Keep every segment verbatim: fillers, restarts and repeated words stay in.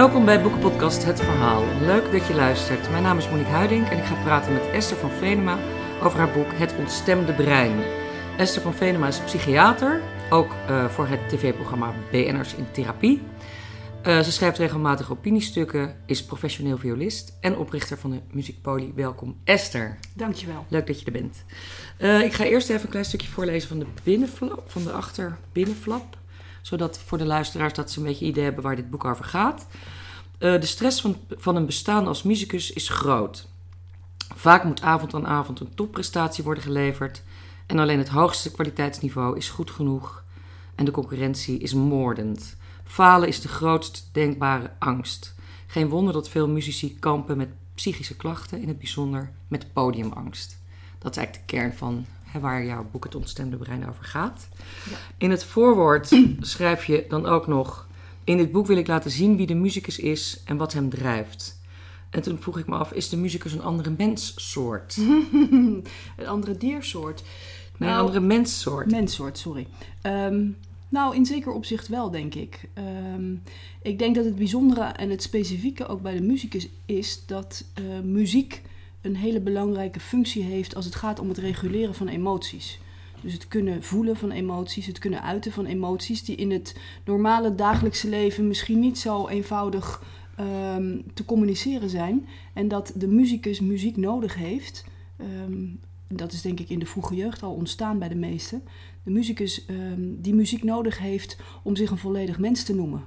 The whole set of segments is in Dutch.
Welkom bij Boekenpodcast Het Verhaal. Leuk dat je luistert. Mijn naam is Monique Huiding en ik ga praten met Esther van Venema over haar boek Het Ontstemde Brein. Esther van Venema is psychiater, ook uh, voor het tv-programma B N'ers in Therapie. Uh, ze schrijft regelmatig opiniestukken, is professioneel violist en oprichter van de Muziekpoli. Welkom Esther. Dankjewel. Leuk dat je er bent. Uh, ik ga eerst even een klein stukje voorlezen van de binnenflap, van de achterbinnenflap. Zodat voor de luisteraars dat ze een beetje idee hebben waar dit boek over gaat. Uh, de stress van, van een bestaan als musicus is groot. Vaak moet avond aan avond een topprestatie worden geleverd. En alleen het hoogste kwaliteitsniveau is goed genoeg. En de concurrentie is moordend. Falen is de grootst denkbare angst. Geen wonder dat veel muzici kampen met psychische klachten, in het bijzonder met podiumangst. Dat is eigenlijk de kern van hè, waar jouw boek Het Ontstemde Brein over gaat. Ja. In het voorwoord schrijf je dan ook nog: in dit boek wil ik laten zien wie de muzikus is en wat hem drijft. En toen vroeg ik me af, is de muzikus een andere menssoort? Een andere diersoort? Nee, nou, een andere menssoort. Menssoort, sorry. Um, nou, in zeker opzicht wel, denk ik. Um, ik denk dat het bijzondere en het specifieke ook bij de muzikus is dat uh, muziek een hele belangrijke functie heeft als het gaat om het reguleren van emoties. Dus het kunnen voelen van emoties, het kunnen uiten van emoties die in het normale dagelijkse leven misschien niet zo eenvoudig um, te communiceren zijn. En dat de muzikus muziek nodig heeft. Um, dat is denk ik in de vroege jeugd al ontstaan bij de meesten. De muzikus um, die muziek nodig heeft om zich een volledig mens te noemen.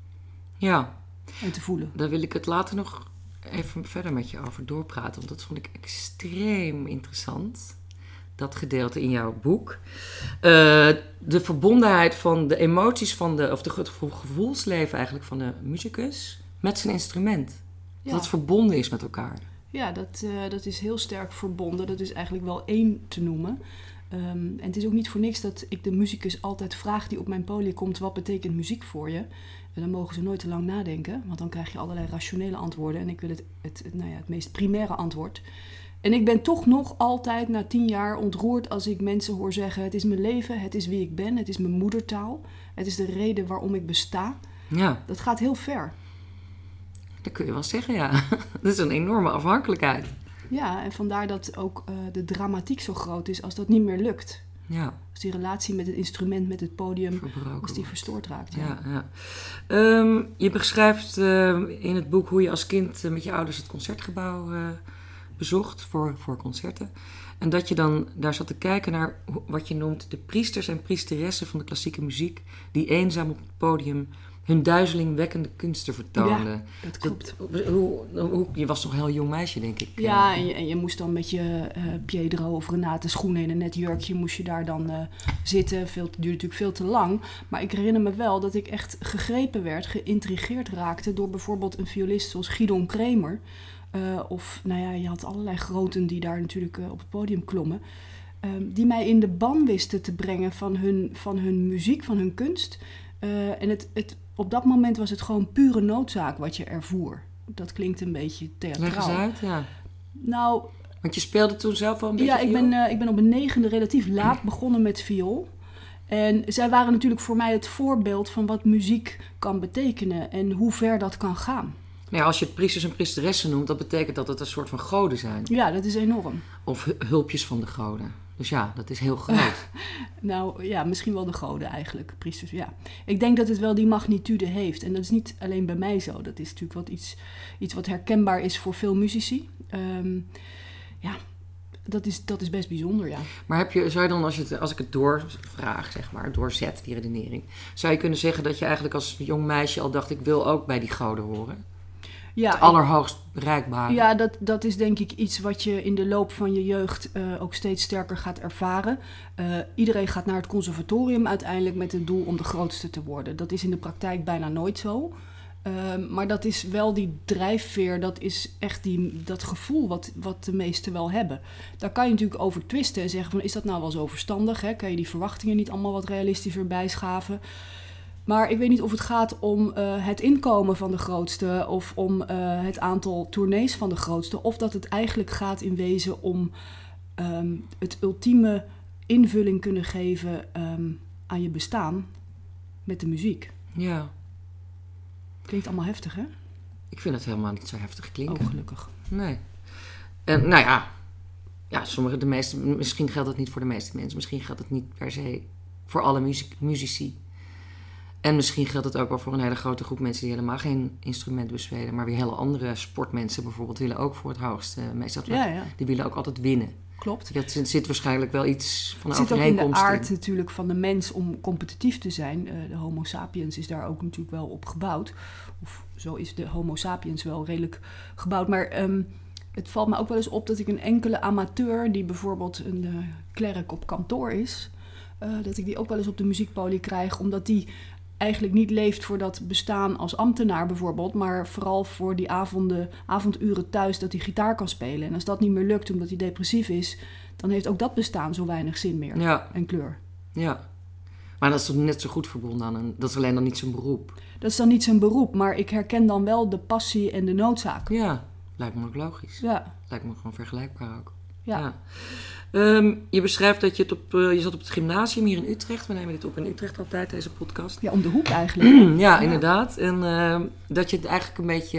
Ja. En te voelen. Daar wil ik het later nog even verder met je over doorpraten. Want dat vond ik extreem interessant. Dat gedeelte in jouw boek. Uh, de verbondenheid van de emoties van de, of de, het gevoelsleven eigenlijk van de muzikus met zijn instrument. Ja. Dat het verbonden is met elkaar. Ja, dat, uh, dat is heel sterk verbonden. Dat is eigenlijk wel één te noemen. Um, en het is ook niet voor niks dat ik de muzikus altijd vraag die op mijn podium komt: wat betekent muziek voor je? En dan mogen ze nooit te lang nadenken, want dan krijg je allerlei rationele antwoorden. En ik wil het, het, het, nou ja, het meest primaire antwoord. En ik ben toch nog altijd na tien jaar ontroerd als ik mensen hoor zeggen: het is mijn leven, het is wie ik ben, het is mijn moedertaal. Het is de reden waarom ik besta. Ja. Dat gaat heel ver. Dat kun je wel zeggen, ja. Dat is een enorme afhankelijkheid. Ja, en vandaar dat ook uh, de dramatiek zo groot is als dat niet meer lukt. Ja. Als die relatie met het instrument, met het podium, Verbroken als die wordt. verstoord raakt. Ja. Ja, ja. Um, je beschrijft uh, in het boek hoe je als kind uh, met je ouders het concertgebouw uh, bezocht voor, voor concerten. En dat je dan daar zat te kijken naar wat je noemt de priesters en priesteressen van de klassieke muziek, die eenzaam op het podium hun duizelingwekkende kunsten vertoonden. Ja, dat klopt. Dat, hoe, hoe, je was toch een heel jong meisje, denk ik. Ja, en je, en je moest dan met je uh, Pietro of Renate schoenen in een net jurkje moest je daar dan uh, zitten. Veel, het duurde natuurlijk veel te lang. Maar ik herinner me wel dat ik echt gegrepen werd, geïntrigeerd raakte door bijvoorbeeld een violist zoals Gidon Kremer. Uh, of, nou ja, je had allerlei groten die daar natuurlijk uh, op het podium klommen. Uh, die mij in de ban wisten te brengen van hun, van hun muziek, van hun kunst. Uh, en het, het, op dat moment was het gewoon pure noodzaak wat je ervoer. Dat klinkt een beetje theatraal. Leg eens uit, ja. Nou, want je speelde toen zelf al een beetje ja, ik viool? ben, uh, ik ben op een negende relatief laat begonnen met viool. En zij waren natuurlijk voor mij het voorbeeld van wat muziek kan betekenen en hoe ver dat kan gaan. Nou ja, als je het priesters en priesteressen noemt, dat betekent dat het een soort van goden zijn. Ja, dat is enorm. Of hulpjes van de goden. Dus ja, dat is heel groot. Nou ja, misschien wel de goden eigenlijk, priesters, ja. Ik denk dat het wel die magnitude heeft. En dat is niet alleen bij mij zo. Dat is natuurlijk wat iets, iets wat herkenbaar is voor veel muzici. Um, ja, dat is, dat is best bijzonder, ja. Maar heb je, zou je dan, als, je het, als ik het doorvraag, zeg maar, doorzet, die redenering, zou je kunnen zeggen dat je eigenlijk als jong meisje al dacht: ik wil ook bij die goden horen? Ja, het allerhoogst bereikbare. Ja, dat, dat is denk ik iets wat je in de loop van je jeugd uh, ook steeds sterker gaat ervaren. Uh, iedereen gaat naar het conservatorium uiteindelijk met het doel om de grootste te worden. Dat is in de praktijk bijna nooit zo. Uh, maar dat is wel die drijfveer, dat is echt die, dat gevoel wat, wat de meesten wel hebben. Daar kan je natuurlijk over twisten en zeggen van: is dat nou wel zo verstandig? Hè? Kan je die verwachtingen niet allemaal wat realistischer bijschaven? Maar ik weet niet of het gaat om uh, het inkomen van de grootste of om uh, het aantal tournees van de grootste. Of dat het eigenlijk gaat in wezen om um, het ultieme invulling kunnen geven um, aan je bestaan met de muziek. Ja. Klinkt allemaal heftig, hè? Ik vind het helemaal niet zo heftig klinken. Oh, gelukkig. Nee. En nou ja, ja sommige, de meeste, misschien geldt het niet voor de meeste mensen. Misschien geldt het niet per se voor alle muziek, muzici. En misschien geldt het ook wel voor een hele grote groep mensen die helemaal geen instrument bespelen. Maar weer hele andere sportmensen bijvoorbeeld willen ook voor het hoogste. Meestal, Ja, ja. Die willen ook altijd winnen. Klopt. Dat zit, zit waarschijnlijk wel iets van Het zit ook in overeenkomst de aard natuurlijk van de mens om competitief te zijn. Uh, de homo sapiens is daar ook natuurlijk wel op gebouwd. Of zo is de homo sapiens wel redelijk gebouwd. Maar um, het valt me ook wel eens op dat ik een enkele amateur... die bijvoorbeeld een uh, klerk op kantoor is... Uh, dat ik die ook wel eens op de muziekpoli krijg... omdat die eigenlijk niet leeft voor dat bestaan als ambtenaar bijvoorbeeld... maar vooral voor die avonden, avonduren thuis dat hij gitaar kan spelen. En als dat niet meer lukt omdat hij depressief is... dan heeft ook dat bestaan zo weinig zin meer ja. en kleur. Ja, maar dat is toch net zo goed verbonden aan... Een, dat is alleen dan niet zijn beroep. Dat is dan niet zijn beroep, maar ik herken dan wel de passie en de noodzaak. Ja, lijkt me ook logisch. Ja. Lijkt me gewoon vergelijkbaar ook. Ja. ja. Um, je beschrijft dat je het op... Uh, je zat op het gymnasium hier in Utrecht. We nemen dit op in Utrecht altijd, deze podcast. Ja, om de hoek eigenlijk. ja, ja, inderdaad. En uh, dat je het eigenlijk een beetje...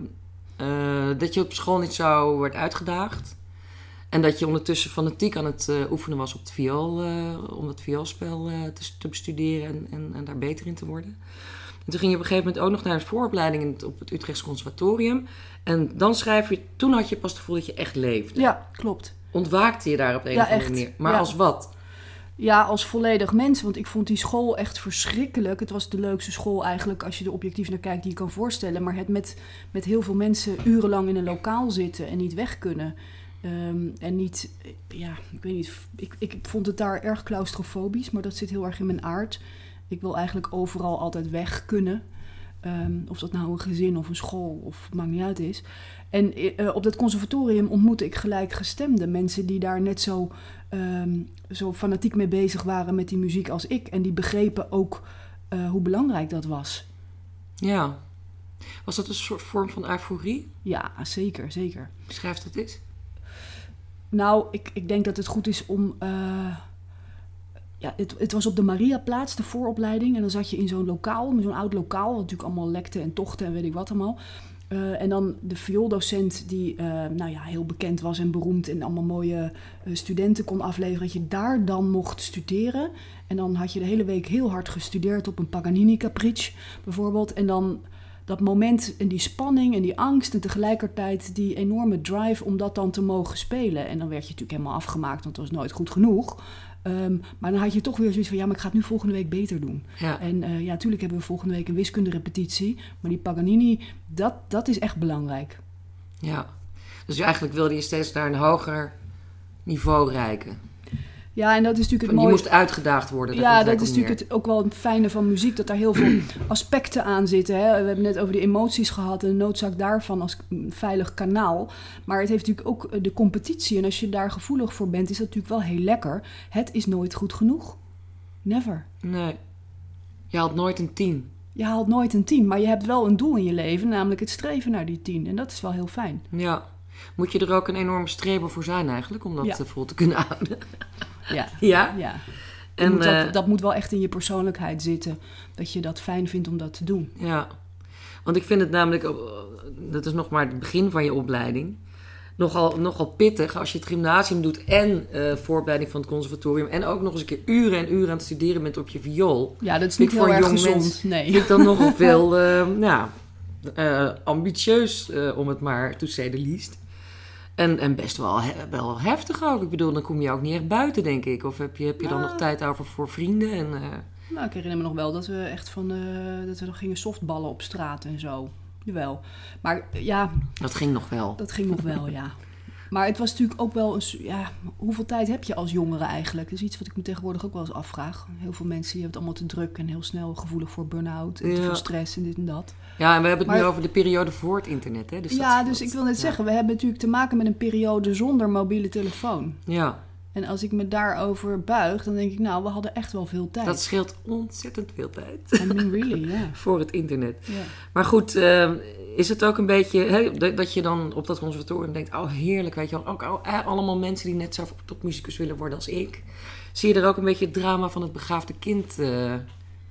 Uh, dat je op school niet zo werd uitgedaagd. En dat je ondertussen fanatiek aan het uh, oefenen was op het viool... Uh, om het vioolspel uh, te, te bestuderen en, en, en daar beter in te worden. En toen ging je op een gegeven moment ook nog naar de vooropleiding in het, op het Utrechts Conservatorium. En dan schrijf je... Toen had je pas het gevoel dat je echt leefde. Ja, klopt. Ontwaakte je daar op een ja, of andere echt. manier. Maar ja. als wat? Ja, als volledig mens. Want ik vond die school echt verschrikkelijk. Het was de leukste school eigenlijk, als je er objectief naar kijkt, die je kan voorstellen. Maar het met, met heel veel mensen urenlang in een lokaal zitten en niet weg kunnen. Um, en niet, ja, ik weet niet. Ik, ik vond het daar erg claustrofobisch, maar dat zit heel erg in mijn aard. Ik wil eigenlijk overal altijd weg kunnen. Um, of dat nou een gezin of een school of maakt niet uit is. En uh, op dat conservatorium ontmoette ik gelijkgestemde mensen die daar net zo, um, zo fanatiek mee bezig waren met die muziek als ik. En die begrepen ook uh, hoe belangrijk dat was. Ja. Was dat een soort vorm van euforie? Ja, zeker, zeker. Schrijf dat eens. Nou, ik, ik denk dat het goed is om... Uh, ja, het, het was op de Mariaplaats, de vooropleiding. En dan zat je in zo'n lokaal, zo'n oud lokaal... wat natuurlijk allemaal lekte en tochten en weet ik wat allemaal. Uh, en dan de viooldocent die uh, nou ja, heel bekend was en beroemd... en allemaal mooie uh, studenten kon afleveren... dat je daar dan mocht studeren. En dan had je de hele week heel hard gestudeerd op een Paganini Capricci bijvoorbeeld. En dan... dat moment en die spanning en die angst... en tegelijkertijd die enorme drive om dat dan te mogen spelen. En dan werd je natuurlijk helemaal afgemaakt... want het was nooit goed genoeg. Um, maar dan had je toch weer zoiets van... ja, maar ik ga het nu volgende week beter doen. Ja. En uh, ja, natuurlijk hebben we volgende week een wiskunderepetitie... maar die Paganini, dat, dat is echt belangrijk. Ja, dus eigenlijk wilde je steeds naar een hoger niveau reiken. Ja, en dat is natuurlijk het je mooie... moest uitgedaagd worden. Dat ja, dat is natuurlijk het, ook wel het fijne van muziek... dat daar heel veel aspecten aan zitten. Hè? We hebben net over die emoties gehad... en de noodzaak daarvan als een veilig kanaal. Maar het heeft natuurlijk ook de competitie. En als je daar gevoelig voor bent, is dat natuurlijk wel heel lekker. Het is nooit goed genoeg. Never. Nee. Je haalt nooit een tien. Je haalt nooit een tien, maar je hebt wel een doel in je leven... namelijk het streven naar die tien. En dat is wel heel fijn. Ja. Moet je er ook een enorme streber voor zijn eigenlijk... om dat ja. vol te kunnen houden? Ja. Ja? Ja. En, moet dat, uh, dat moet wel echt in je persoonlijkheid zitten. Dat je dat fijn vindt om dat te doen. Ja. Want ik vind het namelijk... dat is nog maar het begin van je opleiding... nogal, nogal pittig als je het gymnasium doet... en uh, vooropleiding van het conservatorium... en ook nog eens een keer uren en uren aan het studeren bent op je viool. Ja, dat is niet heel erg gezond. Nee. Vind ik dan nogal veel uh, nou, uh, ambitieus... Uh, om het maar to say the least... En, en best wel, wel heftig ook. Ik bedoel, dan kom je ook niet echt buiten, denk ik. Of heb je, heb je dan nou, nog tijd over voor vrienden? En, uh... Nou, ik herinner me nog wel dat we echt van... Uh, dat we nog gingen softballen op straat en zo. Jawel. Maar ja... Dat ging nog wel. Dat ging nog wel, ja. Maar het was natuurlijk ook wel... Een, ja, hoeveel tijd heb je als jongere eigenlijk? Dat is iets wat ik me tegenwoordig ook wel eens afvraag. Heel veel mensen die hebben het allemaal te druk... en heel snel gevoelig voor burn-out... en ja. te veel stress en dit en dat. Ja, en we hebben het maar, nu over de periode voor het internet. Hè? Dus ja, dat, dus dat, ik wil net ja. zeggen... we hebben natuurlijk te maken met een periode zonder mobiele telefoon. Ja. En als ik me daarover buig, dan denk ik... nou, we hadden echt wel veel tijd. Dat scheelt ontzettend veel tijd. I mean, really, ja. Yeah. voor het internet. Yeah. Maar goed... Uh, is het ook een beetje, hè, dat je dan op dat conservatorium denkt... oh, heerlijk, weet je wel. Ook allemaal mensen die net zo topmusicus willen worden als ik. Zie je er ook een beetje het drama van het begaafde kind... Uh...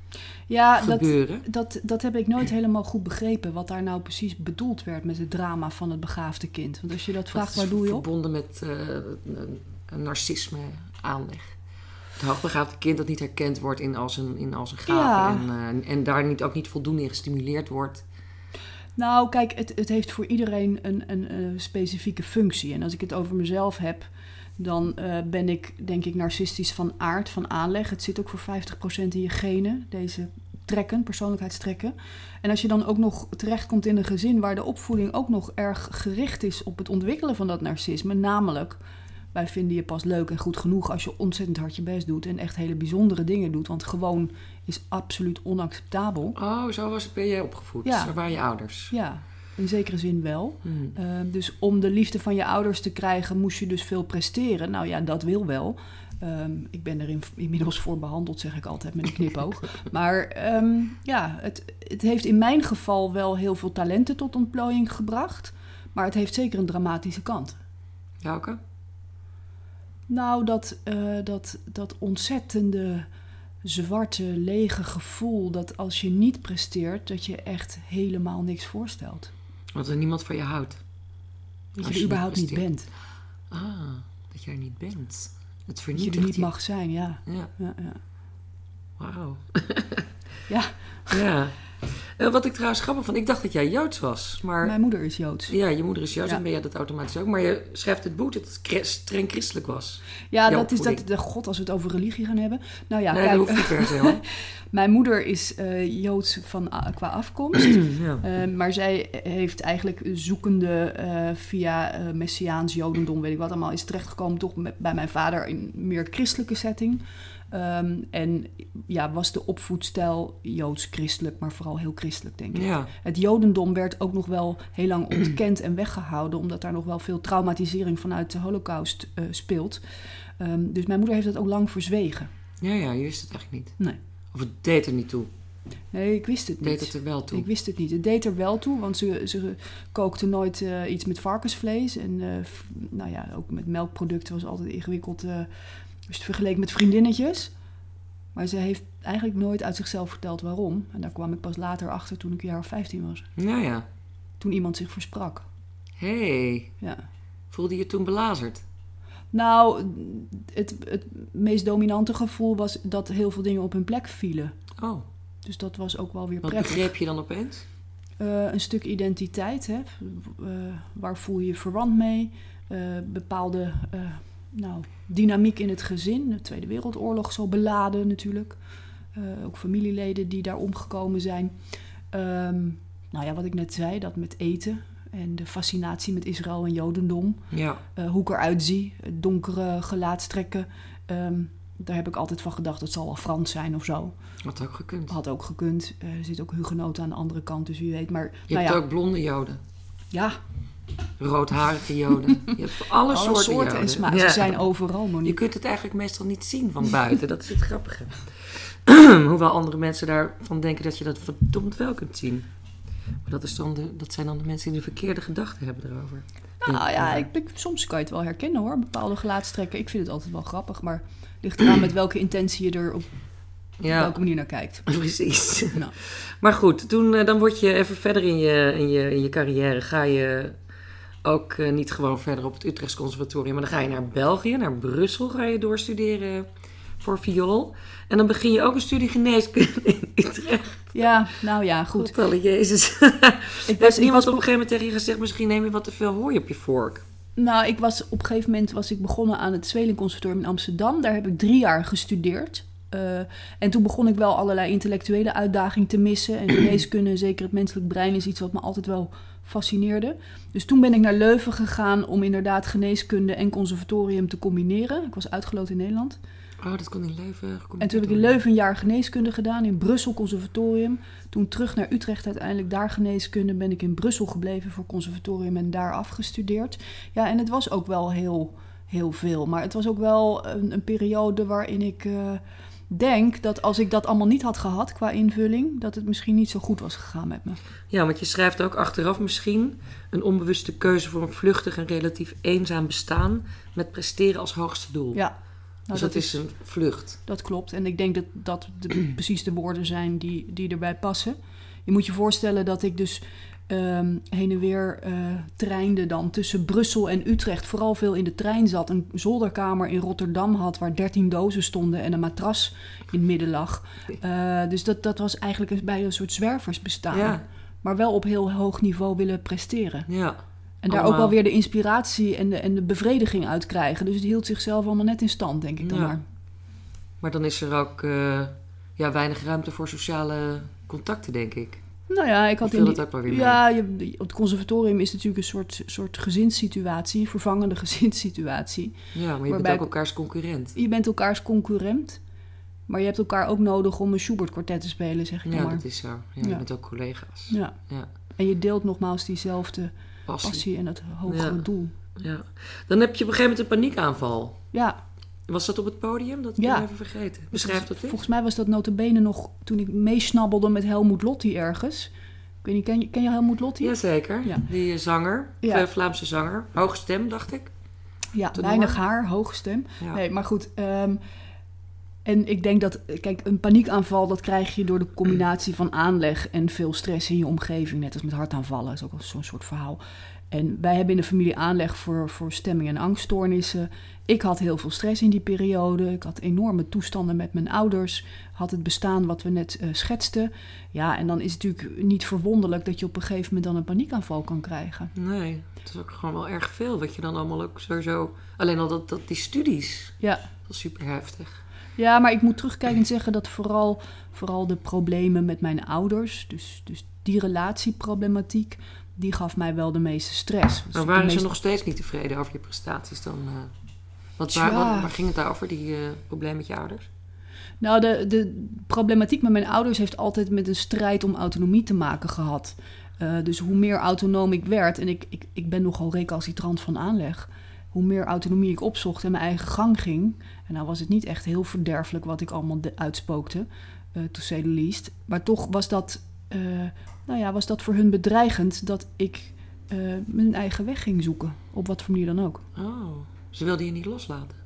Ja, gebeuren? Dat, dat, dat heb ik nooit helemaal goed begrepen. Wat daar nou precies bedoeld werd met het drama van het begaafde kind. Want als je dat vraagt, waar doe je op? Verbonden met uh, een, een narcisme aanleg. Het hoogbegaafde kind dat niet herkend wordt in al zijn, in al zijn gaven. Ja. En, uh, en daar niet, ook niet voldoende in gestimuleerd wordt. Nou, kijk, het, het heeft voor iedereen een, een, een specifieke functie. En als ik het over mezelf heb, dan uh, ben ik, denk ik, narcistisch van aard, van aanleg. Het zit ook voor vijftig procent in je genen, deze trekken, persoonlijkheidstrekken. En als je dan ook nog terechtkomt in een gezin waar de opvoeding ook nog erg gericht is op het ontwikkelen van dat narcisme, namelijk, wij vinden je pas leuk en goed genoeg als je ontzettend hard je best doet en echt hele bijzondere dingen doet. Want gewoon is absoluut onacceptabel. Oh, zo was, ben jij opgevoed? Ja. Zo waren je ouders? Ja, in zekere zin wel. Hmm. Uh, dus om de liefde van je ouders te krijgen, moest je dus veel presteren. Nou ja, dat wil wel. Um, ik ben er in, inmiddels voor behandeld, zeg ik altijd met een knipoog. Maar um, ja, het, het heeft in mijn geval wel heel veel talenten tot ontplooiing gebracht. Maar het heeft zeker een dramatische kant. Welke? Nou, dat, uh, dat, dat ontzettende, zwarte, lege gevoel dat als je niet presteert, dat je echt helemaal niks voorstelt. Want er niemand van je houdt. Dat Als je er je überhaupt niet niet bent. Ah, dat je er niet bent. Het Dat vernietigt je er niet je. mag zijn, ja. Ja, ja, ja. wauw. Ja, Ja. Uh, wat ik trouwens grappig vond, ik dacht dat jij Joods was. Maar mijn moeder is Joods. ja, je moeder is Joods Ja. en ben jij dat automatisch ook. Maar je schrijft het boek dat het cre- streng christelijk was. Ja, Jouw dat is dat. opvoeding. De God, als we het over religie gaan hebben. Nou ja, nee, kijk, dat hoeft niet per se hoor. mijn moeder is uh, Joods van, uh, qua afkomst. Ja. Uh, maar zij heeft eigenlijk zoekende uh, via uh, Messiaans Jodendom, weet ik wat allemaal, is terechtgekomen toch met, bij mijn vader in een meer christelijke setting. Um, en ja, was de opvoedstijl Joods-christelijk, maar vooral heel christelijk, denk ik. Ja. Het Jodendom werd ook nog wel heel lang ontkend en weggehouden, omdat daar nog wel veel traumatisering vanuit de Holocaust uh, speelt. Um, dus mijn moeder heeft dat ook lang verzwegen. ja, ja, je wist het eigenlijk niet. Nee. Of het deed er niet toe. Nee, ik wist het niet. Deed het er wel toe. Ik wist het niet. Het deed er wel toe, want ze, ze kookte nooit uh, iets met varkensvlees. En uh, f- nou ja, ook met melkproducten was altijd ingewikkeld. Uh, als je het vergeleken met vriendinnetjes. Maar ze heeft eigenlijk nooit uit zichzelf verteld waarom. En daar kwam ik pas later achter toen ik een jaar of vijftien was. Ja, ja. Toen iemand zich versprak. Hé, hey, Ja. voelde je je toen belazerd? Nou, het, het meest dominante gevoel was dat heel veel dingen op hun plek vielen. Oh, Dus dat was ook wel weer wat prettig. begreep je dan opeens? Uh, een stuk identiteit, hè? Uh, waar voel je je verwant mee? Uh, bepaalde uh, nou, dynamiek in het gezin. De Tweede Wereldoorlog zo beladen natuurlijk. Uh, ook familieleden die daar omgekomen zijn. Um, nou ja, wat ik net zei, dat met eten en de fascinatie met Israël en Jodendom. Ja. Uh, hoe ik eruit zie, donkere gelaatstrekken. Um, daar heb ik altijd van gedacht, het zal wel Frans zijn of zo. Had ook gekund. Had ook gekund. Uh, er zit ook hugenoten aan de andere kant, dus wie weet. Maar, Je nou hebt ja. ook blonde Joden. Ja, Roodharige Joden. Je hebt alle, alle soorten, soorten Joden. en smaken. Ja. Ze zijn overal, Je Monique. kunt het eigenlijk meestal niet zien van buiten. Dat is het grappige. Hoewel andere mensen daarvan denken dat je dat verdomd wel kunt zien. Maar dat, is dan de, dat zijn dan de mensen die de verkeerde gedachten hebben erover. Nou ja, ik, ik, soms kan je het wel herkennen hoor, bepaalde gelaatstrekken. Ik vind het altijd wel grappig, maar het ligt eraan met welke intentie je er op Ja, welke manier naar kijkt. precies. Nou. Maar goed, toen, uh, dan word je even verder in je, in je, in je carrière. Ga je ook uh, niet gewoon verder op het Utrechts Conservatorium. Maar dan ga je naar België, naar Brussel ga je doorstuderen voor viool. En dan begin je ook een studie geneeskunde in Utrecht. Ja, nou ja, goed. God alle Jezus. Ik Heeft was, ik niemand was, op een gegeven moment tegen je gezegd, misschien neem je wat te veel hooi op je vork? nou, ik was op een gegeven moment was ik begonnen aan het Zweeling Conservatorium in Amsterdam. Daar heb ik drie jaar gestudeerd. Uh, en toen begon ik wel allerlei intellectuele uitdagingen te missen. En geneeskunde, zeker het menselijk brein, is iets wat me altijd wel fascineerde. Dus toen ben ik naar Leuven gegaan om inderdaad geneeskunde en conservatorium te combineren. Ik was uitgeloot in Nederland. Oh, dat kon in Leuven. En toen heb ik in Leuven een jaar geneeskunde gedaan, in Brussel conservatorium. Toen terug naar Utrecht, uiteindelijk daar geneeskunde, ben ik in Brussel gebleven voor conservatorium en daar afgestudeerd. Ja, en het was ook wel heel, heel veel. Maar het was ook wel een, een periode waarin ik uh, denk dat als ik dat allemaal niet had gehad qua invulling, dat het misschien niet zo goed was gegaan met me. Ja, want je schrijft ook achteraf misschien een onbewuste keuze voor een vluchtig en relatief eenzaam bestaan met presteren als hoogste doel. Ja. dus dat, dat is een vlucht. Dat klopt. En ik denk dat dat de, precies de woorden zijn die, die erbij passen. Je moet je voorstellen dat ik dus um, heen en weer uh, treinde dan tussen Brussel en Utrecht. Vooral veel in de trein zat. Een zolderkamer in Rotterdam had waar dertien dozen stonden en een matras in het midden lag. Uh, dus dat, dat was eigenlijk bij een soort zwerversbestaan. Ja. Maar wel op heel hoog niveau willen presteren. Ja. En daar allemaal ook wel weer de inspiratie en de, en de bevrediging uit krijgen. Dus het hield zichzelf allemaal net in stand, denk ik dan ja. maar. Maar dan is er ook uh, ja, weinig ruimte voor sociale contacten, denk ik. Nou ja, ik had in die, dat ook wel weer ja, je, het conservatorium is natuurlijk een soort, soort gezinssituatie, vervangende gezinssituatie. Ja, maar je bent ook elkaars concurrent. Je bent elkaars concurrent, maar je hebt elkaar ook nodig om een Schubert-kwartet te spelen, zeg ik ja, maar. Ja, dat is zo. Ja, je ja. bent ook collega's. Ja. ja. En je deelt nogmaals diezelfde passie, passie en dat hogere ja. doel. Ja. Dan heb je op een gegeven moment een paniekaanval. Ja. Was dat op het podium? Dat heb ik ja. even vergeten. Beschrijf dat eens. Volgens mij was dat nota bene nog toen ik meesnabbelde met Helmut Lotti ergens. Ik weet niet, ken je, ken je Helmut Lotti? Jazeker. Ja. Die zanger, ja. Vlaamse zanger. Hoge stem, dacht ik. Ja, toen weinig hoor. haar, hoge stem. Ja. Nee, maar goed. Um, en ik denk dat, kijk, een paniekaanval, dat krijg je door de combinatie van aanleg en veel stress in je omgeving. Net als met hartaanvallen, dat is ook zo'n soort verhaal. En wij hebben in de familie aanleg voor, voor stemming- en angststoornissen. Ik had heel veel stress in die periode. Ik had enorme toestanden met mijn ouders. Had het bestaan wat we net uh, schetsten. Ja, en dan is het natuurlijk niet verwonderlijk dat je op een gegeven moment dan een paniekaanval kan krijgen. Nee, het is ook gewoon wel erg veel wat je dan allemaal ook sowieso... Alleen al dat, dat die studies, ja. dat is super heftig. Ja, maar ik moet terugkijkend zeggen dat vooral, vooral de problemen met mijn ouders... dus, dus die relatieproblematiek... die gaf mij wel de meeste stress. Maar waren meeste... ze nog steeds niet tevreden over je prestaties dan? Uh, wat, waar, ja. wat, waar ging het over, die uh, probleem met je ouders? Nou, de, de problematiek met mijn ouders heeft altijd met een strijd om autonomie te maken gehad. Uh, dus hoe meer autonoom ik werd, en ik, ik, ik ben nogal recalcitrant van aanleg... hoe meer autonomie ik opzocht en mijn eigen gang ging... en nou was het niet echt heel verderfelijk wat ik allemaal de, uitspookte, uh, to say the least... maar toch was dat... Uh, Nou ja, was dat voor hun bedreigend dat ik uh, mijn eigen weg ging zoeken. Op wat voor manier dan ook. Oh, ze wilden je niet loslaten?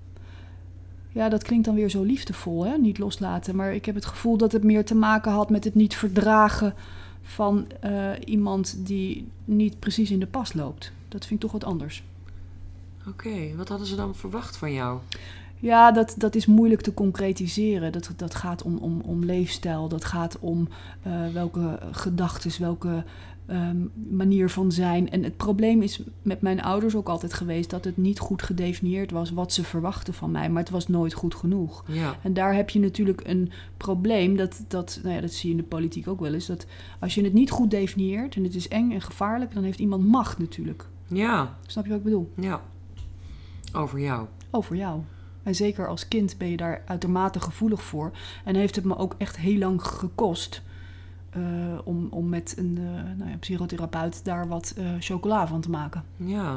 Ja, dat klinkt dan weer zo liefdevol, hè? Niet loslaten. Maar ik heb het gevoel dat het meer te maken had met het niet verdragen van uh, iemand die niet precies in de pas loopt. Dat vind ik toch wat anders. Oké, okay, wat hadden ze dan verwacht van jou? Ja, dat, dat is moeilijk te concretiseren. Dat, dat gaat om, om, om leefstijl, dat gaat om uh, welke gedachten, welke um, manier van zijn. En het probleem is met mijn ouders ook altijd geweest... dat het niet goed gedefinieerd was wat ze verwachten van mij. Maar het was nooit goed genoeg. Ja. En daar heb je natuurlijk een probleem. Dat, dat, nou ja, dat zie je in de politiek ook wel eens. Dat als je het niet goed definieert en het is eng en gevaarlijk... dan heeft iemand macht natuurlijk. Ja. Snap je wat ik bedoel? Ja. Over jou. Over jou. En zeker als kind ben je daar uitermate gevoelig voor. En heeft het me ook echt heel lang gekost... Uh, om, om met een uh, nou ja, psychotherapeut daar wat uh, chocola van te maken. Ja.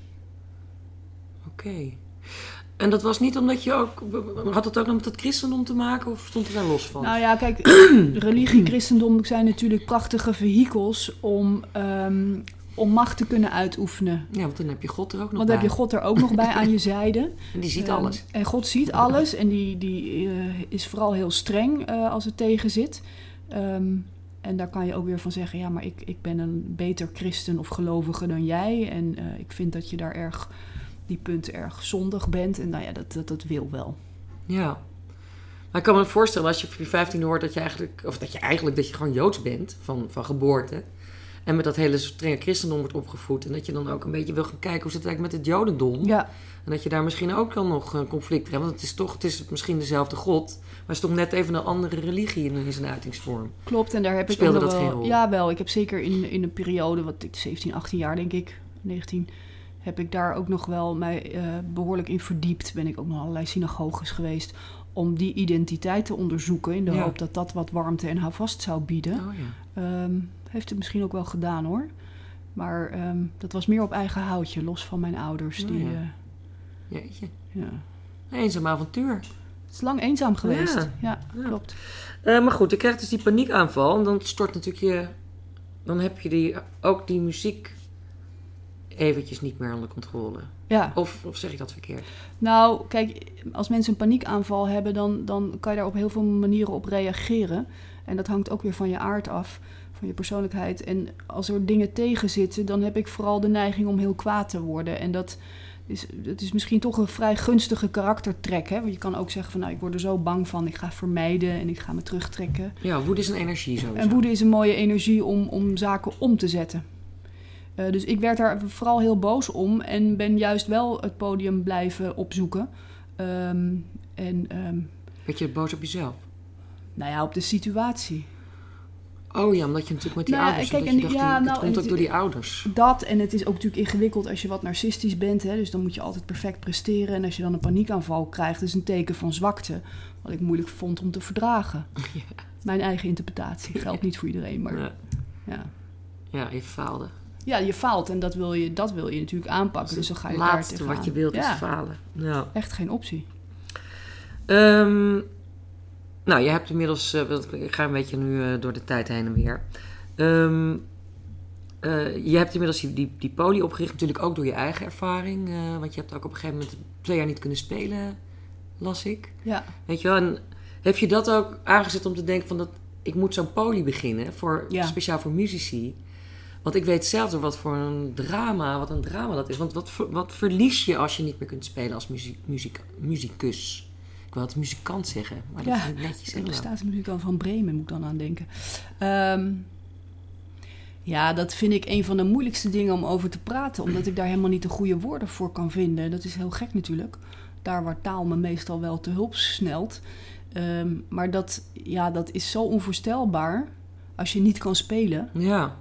Oké. Okay. En dat was niet omdat je ook... Had het ook nog met het christendom te maken of stond het daar los van? Nou ja, kijk, religie en christendom zijn natuurlijk prachtige vehikels om... Um, om macht te kunnen uitoefenen. Ja, want dan heb je God er ook nog want bij. Want dan heb je God er ook nog bij aan je zijde. En die ziet um, alles. En God ziet alles. En die, die uh, is vooral heel streng uh, als het tegen zit. Um, en daar kan je ook weer van zeggen... ja, maar ik, ik ben een beter christen of gelovige dan jij. En uh, ik vind dat je daar erg... die punten erg zondig bent. En nou ja, dat, dat, dat wil wel. Ja. Maar ik kan me voorstellen als je op je vijftiende hoort... dat je eigenlijk... of dat je eigenlijk dat je gewoon Joods bent van, van geboorte... En met dat hele strenge christendom wordt opgevoed. En dat je dan ook een beetje wil gaan kijken hoe zit het eigenlijk met het jodendom. Ja. En dat je daar misschien ook dan nog een conflict hebt. Want het is toch, het is misschien dezelfde God. Maar het is toch net even een andere religie in, in zijn uitingsvorm. Klopt, en daar heb ik Speelde ook dat wel, geen rol? Ja, wel. Ik heb zeker in, in een periode, wat zeventien, achttien jaar denk ik, negentien... heb ik daar ook nog wel mij uh, behoorlijk in verdiept. Ben ik ook nog allerlei synagoges geweest... om die identiteit te onderzoeken... in de ja. hoop dat dat wat warmte en houvast zou bieden. Oh, ja. Um, heeft het misschien ook wel gedaan, hoor. Maar um, dat was meer op eigen houtje, los van mijn ouders. Oh, die, ja. uh, Jeetje. Ja. Eenzaam avontuur. Het is lang eenzaam geweest. Ja, ja, ja. Klopt. Uh, maar goed, je krijgt dus die paniekaanval. En dan stort natuurlijk je... Dan heb je die, ook die muziek eventjes niet meer onder controle. Ja. Of, of zeg ik dat verkeerd? Nou, kijk, als mensen een paniekaanval hebben, dan, dan kan je daar op heel veel manieren op reageren. En dat hangt ook weer van je aard af, van je persoonlijkheid. En als er dingen tegen zitten, dan heb ik vooral de neiging om heel kwaad te worden. En dat is, dat is misschien toch een vrij gunstige karaktertrek. Hè? Want je kan ook zeggen van, nou, ik word er zo bang van, ik ga vermijden en ik ga me terugtrekken. Ja, woede is een energie sowieso. En woede is een mooie energie om, om zaken om te zetten. Uh, dus ik werd daar vooral heel boos om en ben juist wel het podium blijven opzoeken. Um, en, um, werd je boos op jezelf? Nou ja, op de situatie. Oh ja, omdat je natuurlijk met die nou, ouders... Kijk, en en, dacht, ja, het nou, komt het, ook door die ouders. Dat, en het is ook natuurlijk ingewikkeld als je wat narcistisch bent. Hè, dus dan moet je altijd perfect presteren. En als je dan een paniekaanval krijgt, dat is een teken van zwakte. Wat ik moeilijk vond om te verdragen. Ja. Mijn eigen interpretatie. Geldt niet voor iedereen, maar... Ja, ja. ja je faalde. Ja, je faalt en dat wil je, dat wil je natuurlijk aanpakken. Dus dan ga je het laatste daar wat je wilt ja. is falen. Ja. Echt geen optie. Um, nou, je hebt inmiddels... Uh, ik ga een beetje nu uh, door de tijd heen en weer. Um, uh, je hebt inmiddels die, die, die poli opgericht. Natuurlijk ook door je eigen ervaring. Uh, want je hebt ook op een gegeven moment twee jaar niet kunnen spelen, las ik. Ja. Weet je wel? En heb je dat ook aangezet om te denken van... dat ik moet zo'n poli beginnen, voor, ja. speciaal voor muzici... Want ik weet zelf wat voor een drama, wat een drama dat is. Want wat, wat verlies je als je niet meer kunt spelen als muziek, muziek, muzikus? Ik wil het muzikant zeggen, maar dat ja, vind ik netjes zeggen. De staatsmuzikant van Bremen moet ik dan aan denken. Um, ja, dat vind ik een van de moeilijkste dingen om over te praten. Omdat ik daar helemaal niet de goede woorden voor kan vinden. Dat is heel gek natuurlijk. Daar waar taal me meestal wel te hulp snelt. Um, maar dat, ja, dat is zo onvoorstelbaar als je niet kan spelen. Ja.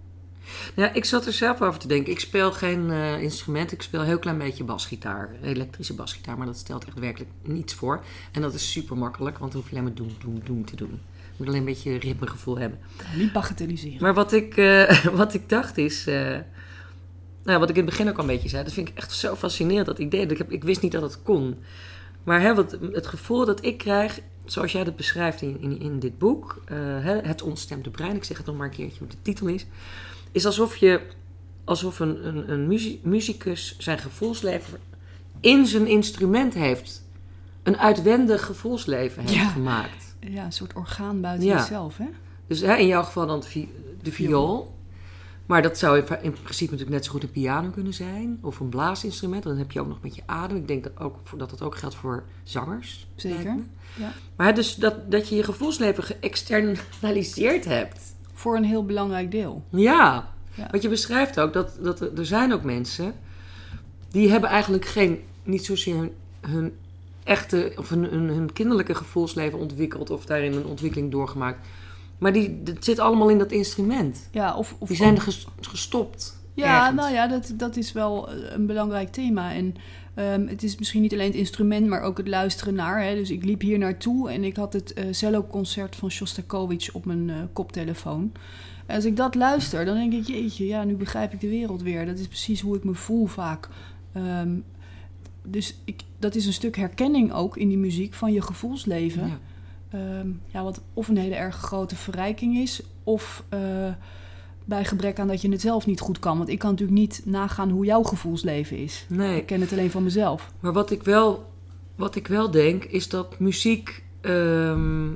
Ja, ik zat er zelf over te denken. Ik speel geen uh, instrument. Ik speel een heel klein beetje basgitaar. Elektrische basgitaar. Maar dat stelt echt werkelijk niets voor. En dat is super makkelijk. Want dan hoef je alleen maar doen, doen, doen te doen. Je moet alleen een beetje ritmegevoel hebben. Niet bagatelliseren. Maar wat ik, uh, wat ik dacht is... Uh, nou, wat ik in het begin ook al een beetje zei. Dat vind ik echt zo fascinerend, dat idee. Ik, heb, ik wist niet dat het kon. Maar hè, wat, het gevoel dat ik krijg... Zoals jij dat beschrijft in, in, in dit boek. Uh, het ontstemde brein. Ik zeg het nog maar een keertje hoe de titel is. Is alsof je, alsof een, een, een muziek, muzikus zijn gevoelsleven in zijn instrument heeft. Een uitwendig gevoelsleven heeft ja. gemaakt. Ja, een soort orgaan buiten ja. jezelf, hè? Dus hè, in jouw geval dan de, vi- de viool. Maar dat zou in, in principe natuurlijk net zo goed een piano kunnen zijn. Of een blaasinstrument. Dan heb je ook nog met je adem. Ik denk dat, ook, dat dat ook geldt voor zangers. Zeker, ja. Maar dus dat, dat je je gevoelsleven geëxternaliseerd hebt. Voor een heel belangrijk deel. Ja, ja. Want je beschrijft ook dat, dat er, er zijn ook mensen... die hebben eigenlijk geen, niet zozeer hun, hun echte... of hun, hun, hun kinderlijke gevoelsleven ontwikkeld... of daarin een ontwikkeling doorgemaakt. Maar die, het zit allemaal in dat instrument. Ja, of, of die zijn ook... er gestopt. Ja, ergens. nou ja, dat, dat is wel een belangrijk thema. En um, het is misschien niet alleen het instrument, maar ook het luisteren naar. Hè. Dus ik liep hier naartoe en ik had het uh, cello-concert van Shostakovich op mijn uh, koptelefoon. En als ik dat luister, dan denk ik, jeetje, ja, nu begrijp ik de wereld weer. Dat is precies hoe ik me voel vaak. Um, dus ik, dat is een stuk herkenning ook in die muziek van je gevoelsleven. Ja. Um, ja, wat of een hele erg grote verrijking is, of... Uh, bij gebrek aan dat je het zelf niet goed kan. Want ik kan natuurlijk niet nagaan hoe jouw gevoelsleven is. Nee. Ik ken het alleen van mezelf. Maar wat ik wel, wat ik wel denk, is dat muziek... Um,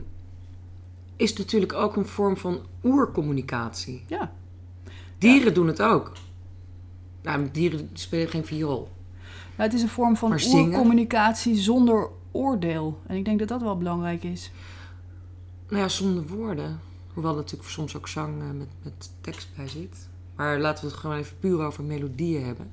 is natuurlijk ook een vorm van oercommunicatie. Ja. Dieren ja. doen het ook. Nou, dieren spelen geen viool. Nou, het is een vorm van oercommunicatie zonder oordeel. En ik denk dat dat wel belangrijk is. Nou ja, zonder woorden... Hoewel er natuurlijk soms ook zang uh, met, met tekst bij zit. Maar laten we het gewoon even puur over melodieën hebben.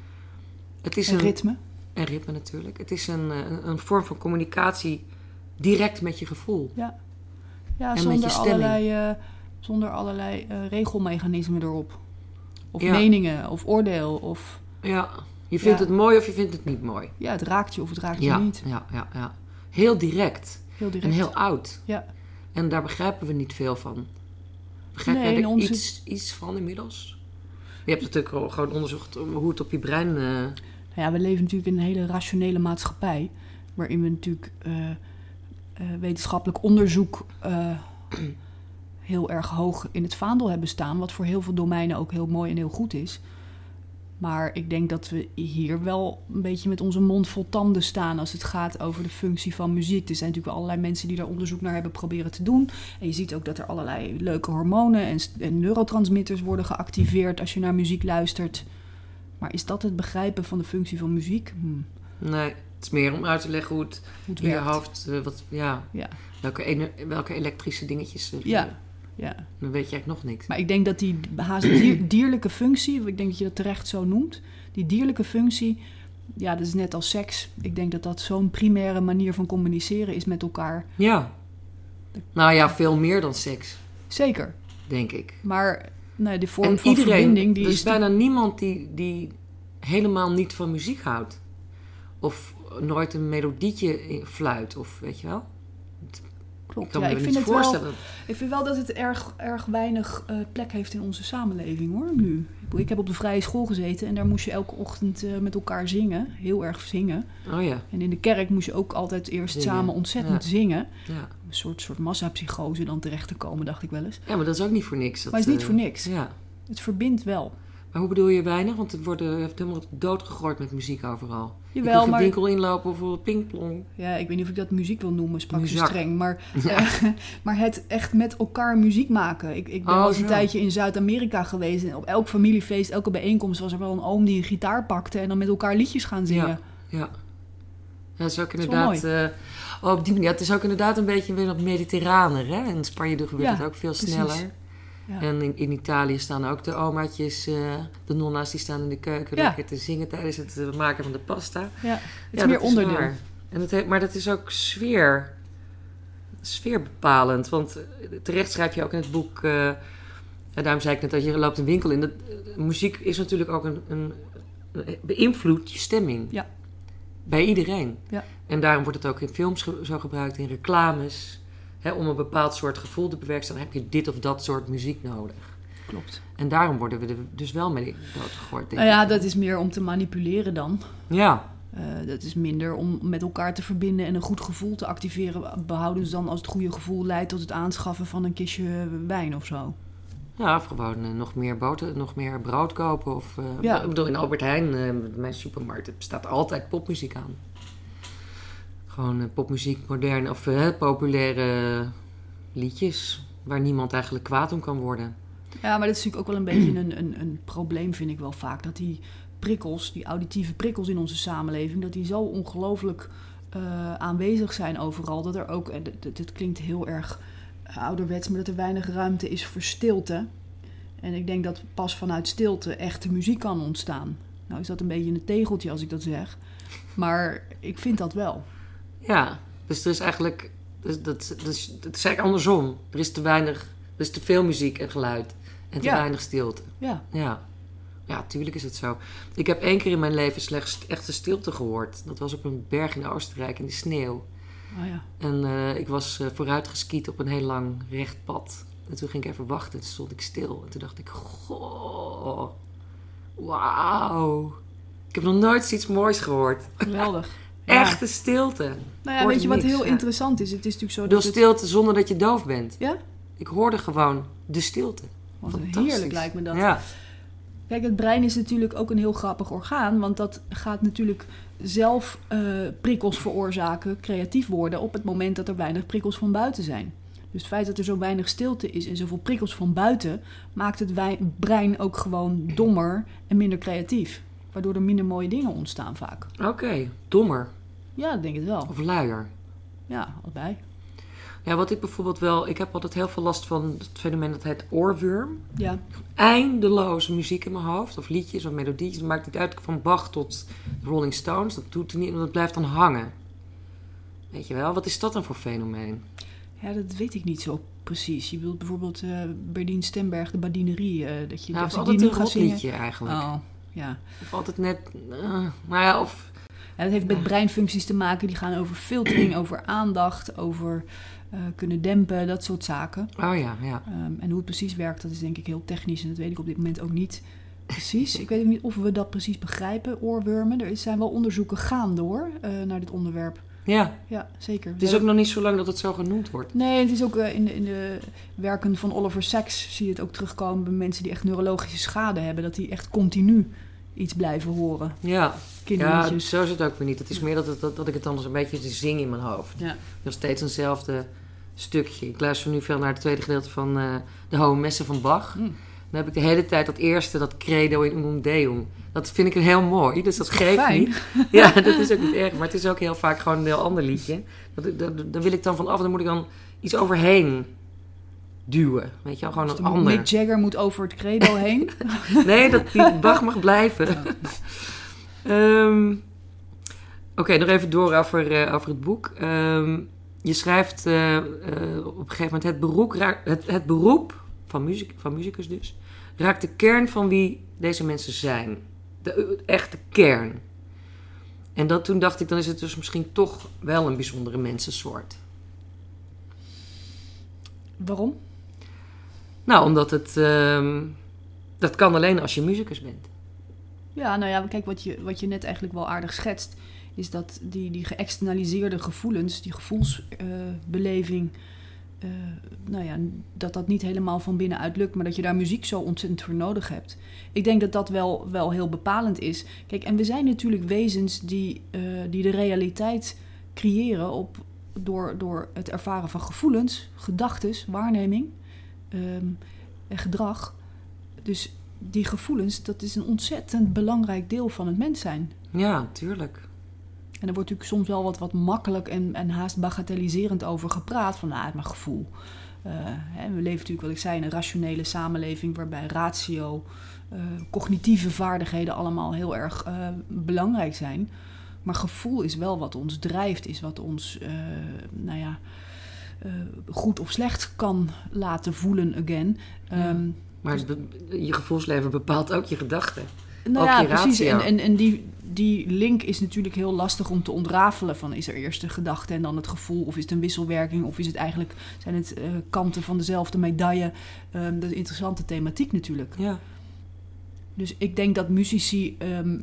Het is en een ritme. En ritme natuurlijk. Het is een, een, een vorm van communicatie direct met je gevoel. Ja, ja en zonder, met je allerlei, uh, zonder allerlei uh, regelmechanismen erop. Of ja. meningen, of oordeel. Of... Ja, je vindt ja. het mooi of je vindt het niet mooi. Ja, het raakt je of het raakt ja. je niet. Ja, ja, ja. Heel direct. Heel direct. En heel oud. Ja. En daar begrijpen we niet veel van. Begrijp nee, jij er onze... iets, iets van inmiddels? Je hebt natuurlijk al gewoon onderzocht hoe het op je brein... Uh... Nou ja, we leven natuurlijk in een hele rationele maatschappij. Waarin we natuurlijk uh, uh, wetenschappelijk onderzoek uh, heel erg hoog in het vaandel hebben staan. Wat voor heel veel domeinen ook heel mooi en heel goed is. Maar ik denk dat we hier wel een beetje met onze mond vol tanden staan als het gaat over de functie van muziek. Er zijn natuurlijk wel allerlei mensen die daar onderzoek naar hebben proberen te doen. En je ziet ook dat er allerlei leuke hormonen en, en neurotransmitters worden geactiveerd als je naar muziek luistert. Maar is dat het begrijpen van de functie van muziek? Hm. Nee, het is meer om uit te leggen hoe het, Hoe het in je werkt. hoofd, uh, wat, ja, Ja. welke, ener- welke elektrische dingetjes. Uh, Ja. Ja. Dan weet je eigenlijk nog niks. Maar ik denk dat die haast dier, dierlijke functie, ik denk dat je dat terecht zo noemt, die dierlijke functie, ja, dat is net als seks. Ik denk dat dat zo'n primaire manier van communiceren is met elkaar. Ja. Nou ja, veel meer dan seks, Zeker. denk ik. Maar nee, de vorm En van iedereen, verbinding, die er is is... bijna niemand die, die helemaal niet van muziek houdt. Of nooit een melodietje in- fluit, of weet je wel. Ik Klopt. kan Ja, me ik, niet vind het wel, voorstellen. ik vind wel dat het erg, erg weinig uh, plek heeft in onze samenleving, hoor, nu. Ik bedoel, ik heb op de vrije school gezeten en daar moest je elke ochtend uh, met elkaar zingen. Heel erg zingen. Oh ja, En in de kerk moest je ook altijd eerst Zingen. samen ontzettend Ja. zingen. ja. Een soort, soort massapsychose dan terecht te komen, dacht ik wel eens. Ja, maar dat is ook niet voor niks. Dat, Maar het is niet eh, voor niks. Ja. Het verbindt wel. Maar hoe bedoel je weinig? Want het wordt, uh, heeft helemaal doodgegooid met muziek overal. je Jawel, kunt geen maar winkel inlopen voor pingpong. ja, ik weet niet of ik dat muziek wil noemen, sprak ze Muzak. streng. Maar, eh, maar het echt met elkaar muziek maken. Ik, ik ben Oh, wel eens een zo. tijdje in Zuid-Amerika geweest. En op elk familiefeest, elke bijeenkomst was er wel een oom die een gitaar pakte en dan met elkaar liedjes gaan zingen. Ja, ja. Ja, dat is ook is wel inderdaad... eh, oh, op die manier. Ja, het is ook inderdaad een beetje weer nog mediterraner, hè? In Spanje gebeurt Ja, het ook veel precies. sneller. Ja. En in, in Italië staan ook de omaatjes, eh, de nonna's, die staan in de keuken Ja. lekker te zingen tijdens het eh, maken van de pasta. Ja, het is Ja, meer dat onderdeel. waar. En het heeft, maar dat is ook sfeer, sfeerbepalend. Want eh, terecht schrijf je ook in het boek... eh, en daarom zei ik net dat je loopt een winkel in. Dat, eh, muziek is natuurlijk ook een, een, een... beïnvloedt je stemming. Ja. Bij iedereen. Ja. En daarom wordt het ook in films ge- zo gebruikt, in reclames. Hè, om een bepaald soort gevoel te bewerkstelligen heb je dit of dat soort muziek nodig. Klopt. En daarom worden we er dus wel mee doodgegooid, denk Nou ja, ik. dat is meer om te manipuleren dan. Ja, Uh, dat is minder om met elkaar te verbinden en een goed gevoel te activeren. Behoudens dan als het goede gevoel leidt tot het aanschaffen van een kistje wijn of zo. ja of gewoon eh, nog meer boter, nog meer brood kopen. Of, eh, Ja. Ik bedoel, in Albert Heijn, eh, mijn supermarkt, er staat altijd popmuziek aan. Gewoon eh, popmuziek, moderne of eh, populaire liedjes. Waar niemand eigenlijk kwaad om kan worden. Ja, maar dat is natuurlijk ook wel een beetje een, een, een probleem, vind ik wel vaak. Dat die prikkels, die auditieve prikkels in onze samenleving, dat die zo ongelooflijk uh, aanwezig zijn overal. Dat er ook, en dit, dit klinkt heel erg ouderwets, maar dat er weinig ruimte is voor stilte. En ik denk dat pas vanuit stilte echte muziek kan ontstaan. Nou is dat een beetje een tegeltje als ik dat zeg. Maar ik vind dat wel. Ja, dus er is eigenlijk... Dus dat, dat, is, dat is eigenlijk andersom. Er is te weinig... Er is te veel muziek en geluid. En te Ja. weinig stilte. Ja, Ja. Ja, tuurlijk is het zo. Ik heb één keer in mijn leven slechts echte stilte gehoord. Dat was op een berg in Oostenrijk in de sneeuw. oh ja. En uh, ik was uh, vooruit geskiet op een heel lang recht pad. En toen ging ik even wachten. Toen stond ik stil. En toen dacht ik, goh, wauw. Ik heb nog nooit zoiets moois gehoord. Geweldig. Ja. Echte stilte. Nou ja, Hoorde weet je wat niks, heel ja. interessant is? Het is natuurlijk zo Ik dat bedoel, het... stilte zonder dat je doof bent. Ja? Ik hoorde gewoon de stilte. Wat Fantastisch. heerlijk lijkt me dat. Ja. Kijk, het brein is natuurlijk ook een heel grappig orgaan, want dat gaat natuurlijk zelf uh, prikkels veroorzaken, creatief worden, op het moment dat er weinig prikkels van buiten zijn. Dus het feit dat er zo weinig stilte is en zoveel prikkels van buiten, maakt het wij- brein ook gewoon dommer en minder creatief. Waardoor er minder mooie dingen ontstaan vaak. Oké, okay. Dommer. Ja, ik denk het wel. Of luier. Ja, allebei. Ja, wat ik bijvoorbeeld wel... Ik heb altijd heel veel last van het fenomeen dat heet oorworm. Ja. Eindeloze muziek in mijn hoofd. Of liedjes of melodietjes. Dat maakt niet uit van Bach tot Rolling Stones. Dat doet er niet, want dat blijft dan hangen. Weet je wel? Wat is dat dan voor fenomeen? Ja, dat weet ik niet zo precies. Je bedoelt bijvoorbeeld uh, Berdien Stemberg, de badinerie. Uh, dat je Nou, als of ik altijd die een nu ga zingen... rotliedje eigenlijk. Oh, ja. Of altijd net... Uh, nou ja, of... Ja, dat heeft met breinfuncties te maken. Die gaan over filtering, over aandacht, over uh, kunnen dempen, dat soort zaken. Oh ja, ja. Um, en hoe het precies werkt, dat is denk ik heel technisch. En dat weet ik op dit moment ook niet precies. Ik weet ook niet of we dat precies begrijpen, oorwormen. Er zijn wel onderzoeken gaande hoor, uh, naar dit onderwerp. Ja. Ja, zeker. Het is ook nog niet zo lang dat het zo genoemd wordt. Nee, het is ook uh, in, de, in de werken van Oliver Sacks zie je het ook terugkomen bij mensen die echt neurologische schade hebben. Dat die echt continu iets blijven horen. Ja. Kinderliedjes. Ja, zo is het ook weer niet. Het is meer dat, het, dat, dat ik het dan een beetje zing in mijn hoofd. Ja. Nog steeds eenzelfde stukje. Ik luister nu veel naar het tweede gedeelte van uh, de Hohe Messe van Bach. Mm. Dan heb ik de hele tijd dat eerste, dat credo in Unum Deum. Dat vind ik een heel mooi, dus dat, dat geeft fijn. Niet. Ja, dat is ook niet erg. Maar het is ook heel vaak gewoon een heel ander liedje. Dat, dat, daar wil ik dan van af, dan moet ik dan iets overheen duwen. Weet je wel, gewoon dus een ander. Mick Jagger moet over het credo heen. Nee, dat die Bach mag blijven. Ja. um, Oké, okay, nog even door over, uh, over het boek. Um, je schrijft uh, uh, op een gegeven moment het beroep, het, het beroep van, muziek, van muzikus dus, raakt de kern van wie deze mensen zijn. De, de echte kern. En dat, toen dacht ik, dan is het dus misschien toch wel een bijzondere mensensoort. Waarom? Nou, omdat het... Uh, dat kan alleen als je muzikus bent. Ja, nou ja, kijk, wat je, wat je net eigenlijk wel aardig schetst, is dat die, die geëxternaliseerde gevoelens, die gevoelsbeleving, uh, uh, nou ja, dat dat niet helemaal van binnenuit lukt, maar dat je daar muziek zo ontzettend voor nodig hebt. Ik denk dat dat wel, wel heel bepalend is. Kijk, en we zijn natuurlijk wezens die, uh, die de realiteit creëren op, door, door het ervaren van gevoelens, gedachtes, waarneming um, en gedrag. Dus die gevoelens, dat is een ontzettend belangrijk deel van het mens zijn. Ja, tuurlijk. En er wordt natuurlijk soms wel wat, wat makkelijk en, en haast bagatelliserend over gepraat. Van, nou, het is maar gevoel. Uh, hè, we leven natuurlijk, wat ik zei, in een rationele samenleving waarbij ratio, uh, cognitieve vaardigheden allemaal heel erg uh, belangrijk zijn. Maar gevoel is wel wat ons drijft, is wat ons, uh, nou ja, uh, goed of slecht kan laten voelen again. Ja. Um, Maar dus, je gevoelsleven bepaalt ook je gedachten. Nou ook ja, je precies. ratio. En, en, en die, die link is natuurlijk heel lastig om te ontrafelen. Van, is er eerst de gedachte en dan het gevoel? Of is het een wisselwerking? Of is het eigenlijk, zijn het uh, kanten van dezelfde medaille? Um, dat is een interessante thematiek natuurlijk. Ja. Dus ik denk dat muzici, um,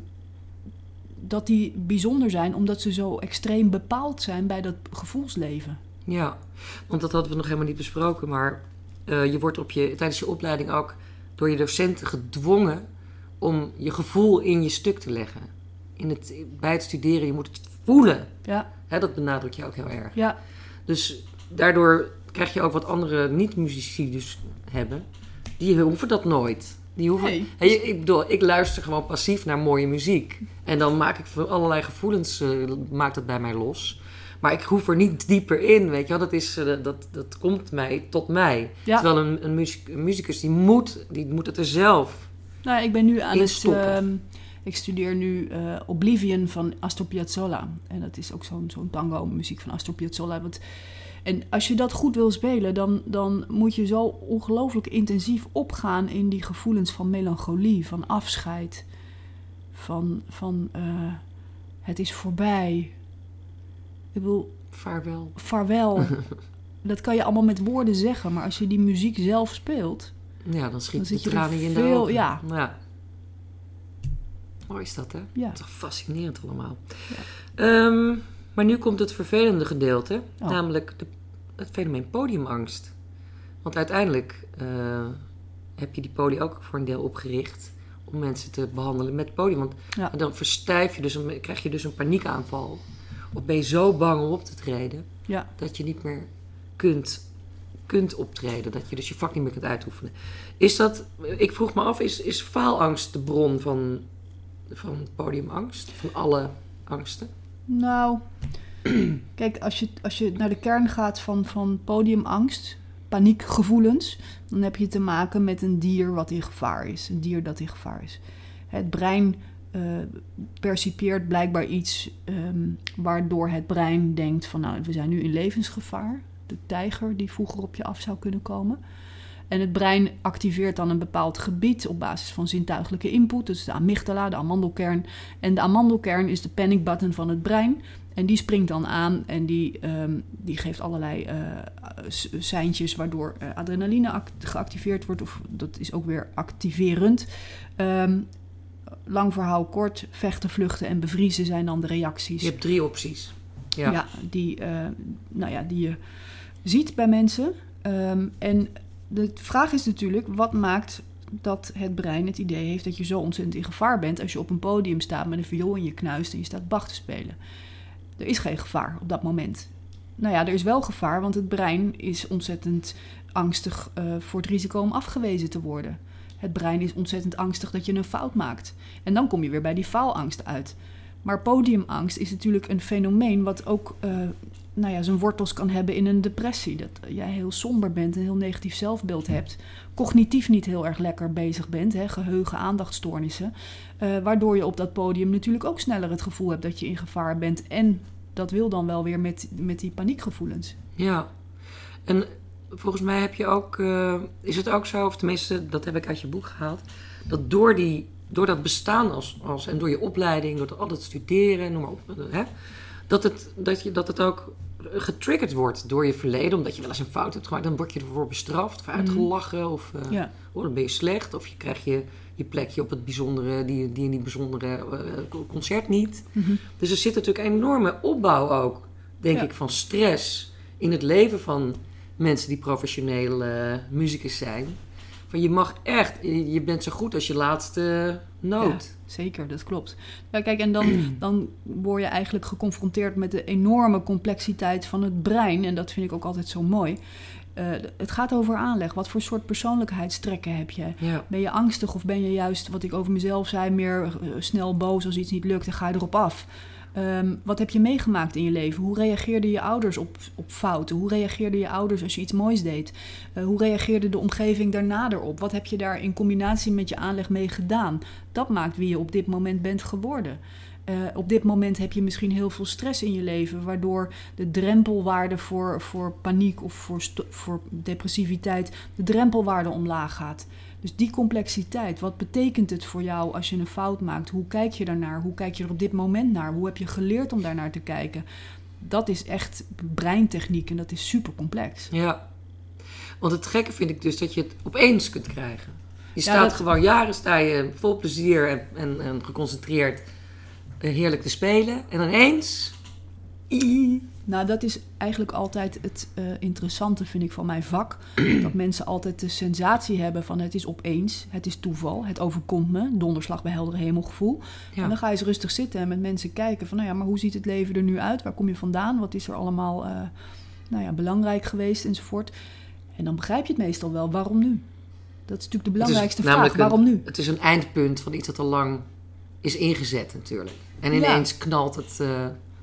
dat die bijzonder zijn, omdat ze zo extreem bepaald zijn bij dat gevoelsleven. Ja, want dat hadden we nog helemaal niet besproken. Maar uh, je wordt op je, tijdens je opleiding ook door je docenten gedwongen om je gevoel in je stuk te leggen. In het, bij het studeren, je moet het voelen. Ja. Hè, dat benadruk je ook heel erg. Ja. Dus daardoor krijg je ook wat andere niet-muzici dus hebben. Die hoeven dat nooit. Die hoeven, nee. Hey, ik bedoel, ik luister gewoon passief naar mooie muziek. En dan maak ik van allerlei gevoelens, uh, maakt dat bij mij los. Maar ik hoef er niet dieper in, weet je wel. Dat, is, uh, dat, dat komt mij tot mij. Ja. Terwijl een, een, muziek, een muzikus, die moet, die moet het er zelf Nou, ik ben nu aan het... Uh, ik studeer nu uh, Oblivion van Astor Piazzolla. En dat is ook zo'n, zo'n tango-muziek van Astor Piazzolla. Want, en als je dat goed wil spelen, dan, dan moet je zo ongelooflijk intensief opgaan in die gevoelens van melancholie, van afscheid, van, van uh, het is voorbij. Ik bedoel... Vaarwel. Vaarwel. Dat kan je allemaal met woorden zeggen, maar als je die muziek zelf speelt... Ja, dan schiet dan de tranen in de veel, ogen. Ja. ja. Mooi is dat, hè? Ja. Toch fascinerend allemaal. Ja. Um, maar nu komt het vervelende gedeelte, oh. namelijk de, het fenomeen podiumangst. Want uiteindelijk uh, heb je die poli ook voor een deel opgericht om mensen te behandelen met podium. Want ja. dan verstijf je dus, een, krijg je dus een paniekaanval. Of ben je zo bang om op te treden, ja. dat je niet meer kunt... kunt optreden, dat je dus je vak niet meer kunt uitoefenen. Is dat, ik vroeg me af, is, is faalangst de bron van, van podiumangst? Van alle angsten? Nou, kijk, als je, als je naar de kern gaat van, van podiumangst, paniekgevoelens, dan heb je te maken met een dier wat in gevaar is. Een dier dat in gevaar is. Het brein uh, percipieert blijkbaar iets um, waardoor het brein denkt van, nou, we zijn nu in levensgevaar. De tijger die vroeger op je af zou kunnen komen. En het brein activeert dan een bepaald gebied op basis van zintuigelijke input. Dus de amygdala, de amandelkern. En de amandelkern is de panic button van het brein. En die springt dan aan en die, um, die geeft allerlei uh, seintjes waardoor uh, adrenaline act- geactiveerd wordt. Of dat is ook weer activerend. Um, lang verhaal kort, vechten, vluchten en bevriezen zijn dan de reacties. Je hebt drie opties. Ja, ja die, uh, nou ja, die je ziet bij mensen. Um, en de vraag is natuurlijk, wat maakt dat het brein het idee heeft dat je zo ontzettend in gevaar bent als je op een podium staat met een viool in je knuist en je staat Bach te spelen. Er is geen gevaar op dat moment. Nou ja, er is wel gevaar, want het brein is ontzettend angstig uh, voor het risico om afgewezen te worden. Het brein is ontzettend angstig dat je een fout maakt. En dan kom je weer bij die faalangst uit. Maar podiumangst is natuurlijk een fenomeen wat ook uh, nou ja, zijn wortels kan hebben in een depressie. Dat jij heel somber bent, een heel negatief zelfbeeld hebt. Cognitief niet heel erg lekker bezig bent, hè, geheugen, aandachtstoornissen. Uh, waardoor je op dat podium natuurlijk ook sneller het gevoel hebt dat je in gevaar bent. En dat wil dan wel weer met, met die paniekgevoelens. Ja, en volgens mij heb je ook, uh, is het ook zo, of tenminste, dat heb ik uit je boek gehaald, dat door, die, door dat bestaan als, als, en door je opleiding, door al dat studeren, noem maar op, hè, dat, het, dat, je, dat het ook getriggerd wordt door je verleden, omdat je wel eens een fout hebt gemaakt, dan word je ervoor bestraft of uitgelachen, mm. of uh, ja. oh, dan ben je slecht, of je krijgt je, je plekje op het bijzondere, die, die in die bijzondere uh, concert niet. Mm-hmm. Dus er zit natuurlijk een enorme opbouw ook, denk ja. ik, van stress in het leven van mensen die professioneel uh, muzikus zijn. Van je mag echt, je bent zo goed als je laatste noot. Ja, zeker, dat klopt. Ja, kijk, en dan, dan word je eigenlijk geconfronteerd met de enorme complexiteit van het brein. En dat vind ik ook altijd zo mooi. Uh, het gaat over aanleg. Wat voor soort persoonlijkheidstrekken heb je? Ja. Ben je angstig of ben je juist, wat ik over mezelf zei, meer uh, snel boos als iets niet lukt en ga je erop af? Um, wat heb je meegemaakt in je leven? Hoe reageerden je ouders op, op fouten? Hoe reageerden je ouders als je iets moois deed? Uh, hoe reageerde de omgeving daarna erop? Wat heb je daar in combinatie met je aanleg mee gedaan? Dat maakt wie je op dit moment bent geworden. Uh, op dit moment heb je misschien heel veel stress in je leven, waardoor de drempelwaarde voor, voor paniek of voor, sto- voor depressiviteit, de drempelwaarde omlaag gaat. Dus die complexiteit, wat betekent het voor jou als je een fout maakt? Hoe kijk je daarnaar? Hoe kijk je er op dit moment naar? Hoe heb je geleerd om daarnaar te kijken? Dat is echt breintechniek en dat is super complex. Ja, want het gekke vind ik dus dat je het opeens kunt krijgen. Je staat ja, dat... gewoon jaren, sta je vol plezier en, en, en geconcentreerd heerlijk te spelen. En ineens... Nou, dat is eigenlijk altijd het uh, interessante, vind ik, van mijn vak. Dat mensen altijd de sensatie hebben van het is opeens, het is toeval, het overkomt me, donderslag bij heldere hemelgevoel. Ja. En dan ga je eens rustig zitten en met mensen kijken van, nou ja, maar hoe ziet het leven er nu uit? Waar kom je vandaan? Wat is er allemaal uh, nou ja, belangrijk geweest enzovoort? En dan begrijp je het meestal wel, waarom nu? Dat is natuurlijk de belangrijkste vraag, waarom nu? Het is een eindpunt van iets dat al lang is ingezet natuurlijk. En ineens ja. knalt het... Uh...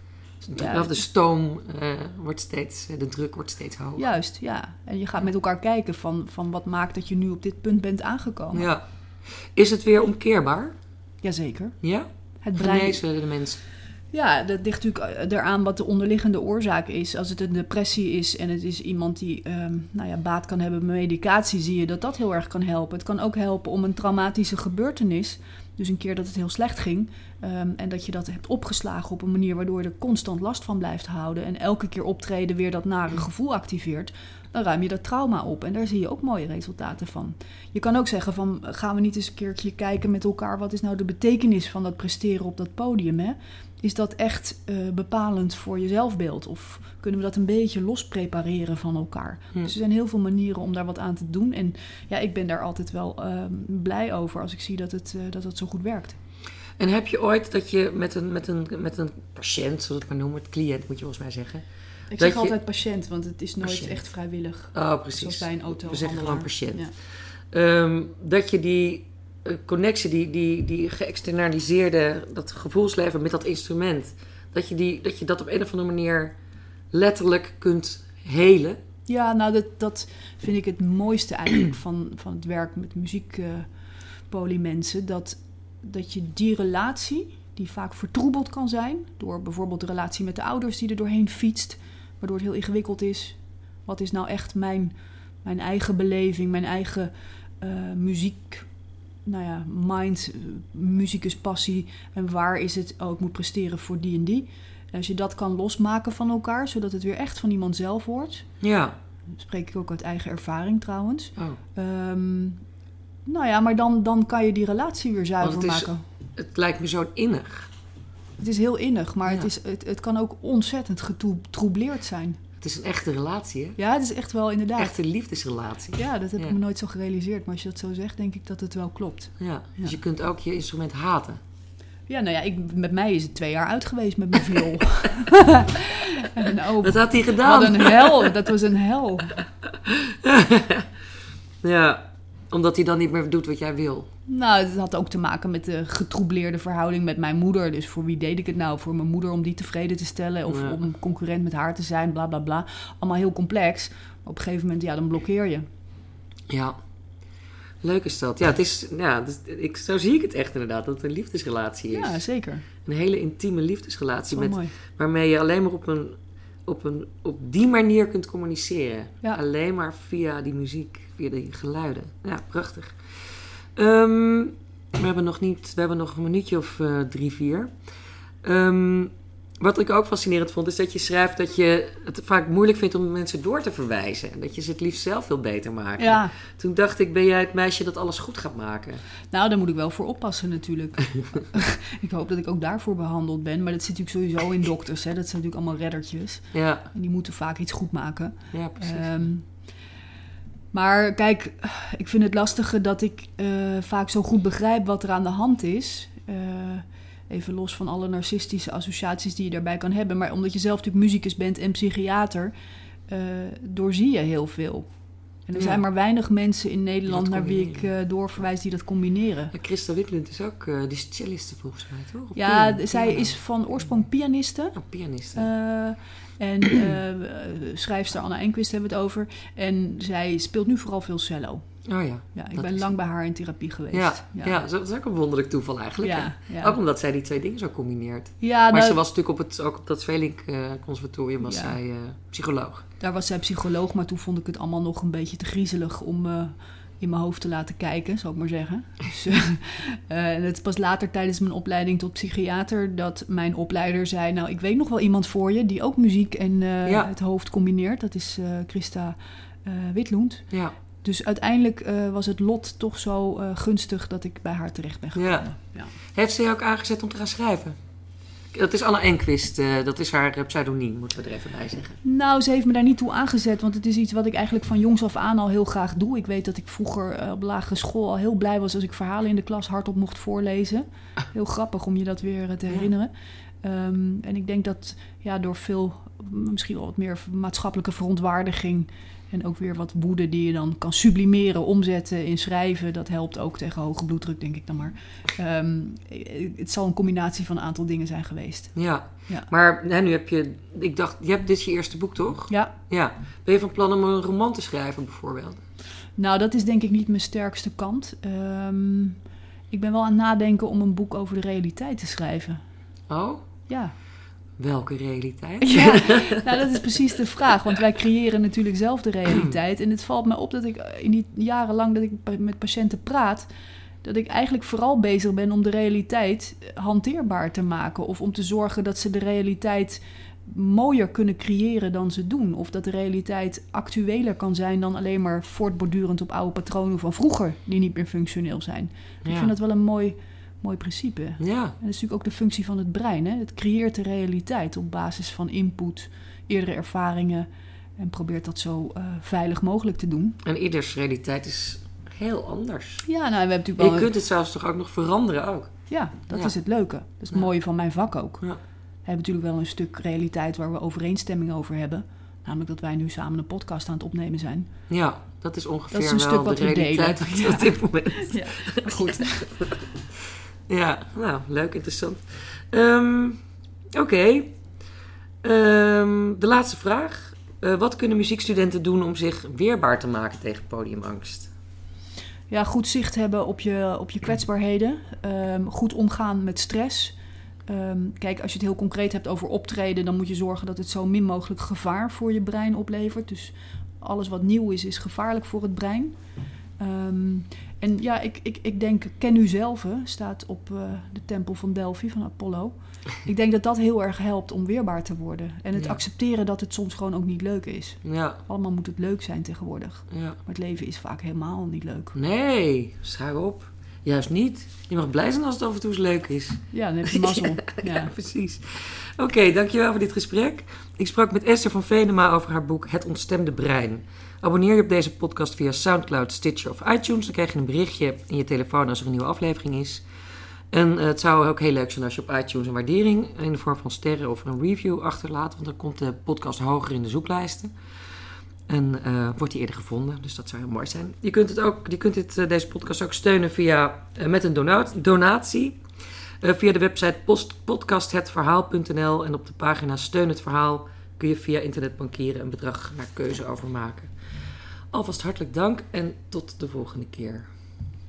Ja, de stoom uh, wordt steeds, de druk wordt steeds hoger. Juist, ja. En je gaat met elkaar kijken van, van wat maakt dat je nu op dit punt bent aangekomen. Ja. Is het weer omkeerbaar? Jazeker. Ja? Het brein... Genezen de mensen? Ja, dat ligt natuurlijk eraan wat de onderliggende oorzaak is. Als het een depressie is en het is iemand die um, nou ja, baat kan hebben bij medicatie, zie je dat dat heel erg kan helpen. Het kan ook helpen om een traumatische gebeurtenis, dus een keer dat het heel slecht ging, um, en dat je dat hebt opgeslagen op een manier waardoor je er constant last van blijft houden en elke keer optreden weer dat nare gevoel activeert, dan ruim je dat trauma op. En daar zie je ook mooie resultaten van. Je kan ook zeggen van, gaan we niet eens een keertje kijken met elkaar, wat is nou de betekenis van dat presteren op dat podium, hè? Is dat echt uh, bepalend voor je zelfbeeld? Of kunnen we dat een beetje los prepareren van elkaar? Hm. Dus er zijn heel veel manieren om daar wat aan te doen. En ja, ik ben daar altijd wel uh, blij over als ik zie dat het, uh, dat het zo goed werkt. En heb je ooit dat je met een, met een, met een patiënt, zullen we het maar noemen, het cliënt moet je volgens mij zeggen. Ik zeg je... altijd patiënt, want het is nooit patiënt. Echt vrijwillig. Oh, precies. Zoals bij een auto. We zeggen gewoon patiënt. Ja. Um, dat je die... connectie, die, die, die geëxternaliseerde, dat gevoelsleven met dat instrument, dat je, die, dat je dat op een of andere manier letterlijk kunt helen. Ja, nou dat, dat vind ik het mooiste eigenlijk van, van het werk met muziekpolymensen, uh, dat, dat je die relatie, die vaak vertroebeld kan zijn, door bijvoorbeeld de relatie met de ouders die er doorheen fietst, waardoor het heel ingewikkeld is. Wat is nou echt mijn, mijn eigen beleving, mijn eigen uh, muziek, nou ja, mind, muzikus, passie. En waar is het, oh, ik moet presteren voor die en die. En als je dat kan losmaken van elkaar, zodat het weer echt van iemand zelf wordt. Ja. Dat spreek ik ook uit eigen ervaring trouwens. Oh. Um, nou ja, maar dan, dan kan je die relatie weer zuiver het is, maken. Het lijkt me zo innig. Het is heel innig, maar ja. het, is, het, het kan ook ontzettend getroubleerd zijn. Het is een echte relatie, hè? Ja, het is echt wel inderdaad. Echte liefdesrelatie. Ja, dat heb Ja. ik me nooit zo gerealiseerd. Maar als je dat zo zegt, denk ik dat het wel klopt. Ja, Ja. dus je kunt ook je instrument haten. Ja, nou ja, ik, met mij is het twee jaar uit geweest met mijn viool. En oh, Wat had hij gedaan? wat een hel. Dat was een hel. Ja, omdat hij dan niet meer doet wat jij wil. Nou, het had ook te maken met de getroubleerde verhouding met mijn moeder. Dus voor wie deed ik het nou? Voor mijn moeder om die tevreden te stellen? Of Ja. om concurrent met haar te zijn? Bla, bla, bla. Allemaal heel complex. Maar op een gegeven moment, ja, dan blokkeer je. Ja. Leuk is dat. Ja, het is, ja het is, ik, zo zie ik het echt inderdaad, dat het een liefdesrelatie is. Ja, zeker. Een hele intieme liefdesrelatie, Wel met, mooi. waarmee je alleen maar op, een, op, een, op die manier kunt communiceren. Ja. Alleen maar via die muziek, via die geluiden. Ja, prachtig. Ehm, we hebben nog niet, we hebben nog een minuutje of uh, drie, vier. Um, Wat ik ook fascinerend vond, is dat je schrijft dat je het vaak moeilijk vindt om mensen door te verwijzen. En dat je ze het liefst zelf wil beter maken. Ja. Toen dacht ik, ben jij het meisje dat alles goed gaat maken? Nou, daar moet ik wel voor oppassen natuurlijk. Ik hoop dat ik ook daarvoor behandeld ben. Maar dat zit natuurlijk sowieso in dokters. Hè. Dat zijn natuurlijk allemaal reddertjes. Ja, En die moeten vaak iets goed maken. ja precies. Um, maar kijk, ik vind het lastige dat ik uh, vaak zo goed begrijp wat er aan de hand is. Uh, Even los van alle narcistische associaties die je daarbij kan hebben. Maar omdat je zelf natuurlijk muzikus bent en psychiater, uh, doorzie je heel veel. En er Ja. zijn maar weinig mensen in Nederland Die dat naar wie ik combineren. uh, doorverwijs die dat combineren. Ja, Christa Witlund is ook, uh, die is celliste volgens mij, toch? Of Ja, piano- zij piano. is van oorsprong pianiste. Oh, pianiste. Uh, en uh, schrijfster Anna Enquist hebben we het over. En zij speelt nu vooral veel cello. oh ja. Ja, ik dat ben is- lang bij haar in therapie geweest. Ja, ja. ja, dat is ook een wonderlijk toeval eigenlijk. Ja, hè? ja. Ook omdat zij die twee dingen zo combineert. Ja, Maar nou, ze was natuurlijk op het, ook op dat Svelink uh, conservatorium was Ja. zij uh, psycholoog. daar was zij psycholoog, maar toen vond ik het allemaal nog een beetje te griezelig om uh, in mijn hoofd te laten kijken, zou ik maar zeggen. Dus, uh, uh, en het is pas later tijdens mijn opleiding tot psychiater dat mijn opleider zei, nou, ik weet nog wel iemand voor je die ook muziek en uh, Ja. het hoofd combineert. Dat is uh, Christa uh, Witlund. Ja. Dus uiteindelijk uh, was het lot toch zo uh, gunstig dat ik bij haar terecht ben gekomen. Ja. Ja. Heeft ze je ook aangezet om te gaan schrijven? Dat is Anna Enquist, uh, dat is haar uh, pseudoniem, moeten we er even bij zeggen. Nou, ze heeft me daar niet toe aangezet, want het is iets wat ik eigenlijk van jongs af aan al heel graag doe. Ik weet dat ik vroeger uh, op lagere school al heel blij was als ik verhalen in de klas hardop mocht voorlezen. Heel grappig om je dat weer uh, te herinneren. Ja. Um, en ik denk dat ja, door veel, misschien wel wat meer maatschappelijke verontwaardiging en ook weer wat woede die je dan kan sublimeren, omzetten in schrijven. Dat helpt ook tegen hoge bloeddruk, denk ik dan maar. Um, het zal een combinatie van een aantal dingen zijn geweest. Ja, Ja. maar hè, nu heb je... Ik dacht, je hebt dit je eerste boek, toch? Ja. Ja. Ben je van plan om een roman te schrijven, bijvoorbeeld? Nou, dat is denk ik niet mijn sterkste kant. Um, ik ben wel aan het nadenken om een boek over de realiteit te schrijven. Oh? Ja. Welke realiteit? Ja, nou dat is precies de vraag. Want wij creëren natuurlijk zelf de realiteit. En het valt me op dat ik in die jarenlang dat ik met patiënten praat, dat ik eigenlijk vooral bezig ben om de realiteit hanteerbaar te maken. Of om te zorgen dat ze de realiteit mooier kunnen creëren dan ze doen. Of dat de realiteit actueler kan zijn dan alleen maar voortbordurend op oude patronen van vroeger die niet meer functioneel zijn. Ja. Ik vind dat wel een mooi... Mooi principe. Ja. En dat is natuurlijk ook de functie van het brein. Hè? Het creëert de realiteit op basis van input, eerdere ervaringen en probeert dat zo uh, veilig mogelijk te doen. En ieders realiteit is heel anders. Ja, nou, we hebben natuurlijk En wel... je kunt het zelfs toch ook nog veranderen ook? Ja, dat ja. is het leuke. Dat is het ja. mooie van mijn vak ook. Ja. We hebben natuurlijk wel een stuk realiteit waar we overeenstemming over hebben. Namelijk dat wij nu samen een podcast aan het opnemen zijn. Ja, dat is ongeveer dat is een wel stuk wat de realiteit we ja. op dit moment. Ja, maar goed. Ja, nou, leuk, interessant. Um, Oké. Okay. Um, de laatste vraag. Uh, wat kunnen muziekstudenten doen om zich weerbaar te maken tegen podiumangst? Ja, goed zicht hebben op je, op je kwetsbaarheden. Um, goed omgaan met stress. Um, kijk, als je het heel concreet hebt over optreden, dan moet je zorgen dat het zo min mogelijk gevaar voor je brein oplevert. Dus alles wat nieuw is, is gevaarlijk voor het brein. Um, en ja, ik, ik, ik denk, ken u zelf, staat op uh, de tempel van Delphi, van Apollo. Ik denk dat dat heel erg helpt om weerbaar te worden. En het ja. accepteren dat het soms gewoon ook niet leuk is. Ja. Allemaal moet het leuk zijn tegenwoordig. Ja. Maar het leven is vaak helemaal niet leuk. Nee, schaar op. Juist niet. Je mag blij zijn als het af en toe eens leuk is. Ja, dan heb je mazzel. ja, ja. ja, precies. Oké, okay, dankjewel voor dit gesprek. Ik sprak met Esther van Venema over haar boek Het Ontstemde Brein. Abonneer je op deze podcast via Soundcloud, Stitcher of iTunes. Dan krijg je een berichtje in je telefoon als er een nieuwe aflevering is. En uh, het zou ook heel leuk zijn als je op iTunes een waardering in de vorm van sterren of een review achterlaat. Want dan komt de podcast hoger in de zoeklijsten. En uh, wordt die eerder gevonden, dus dat zou heel mooi zijn. Je kunt, het ook, je kunt dit, uh, deze podcast ook steunen via, uh, met een donat, donatie. Uh, via de website podcast het verhaal punt n l en op de pagina Steun het Verhaal kun je via internetbankieren een bedrag naar keuze overmaken. Alvast hartelijk dank en tot de volgende keer.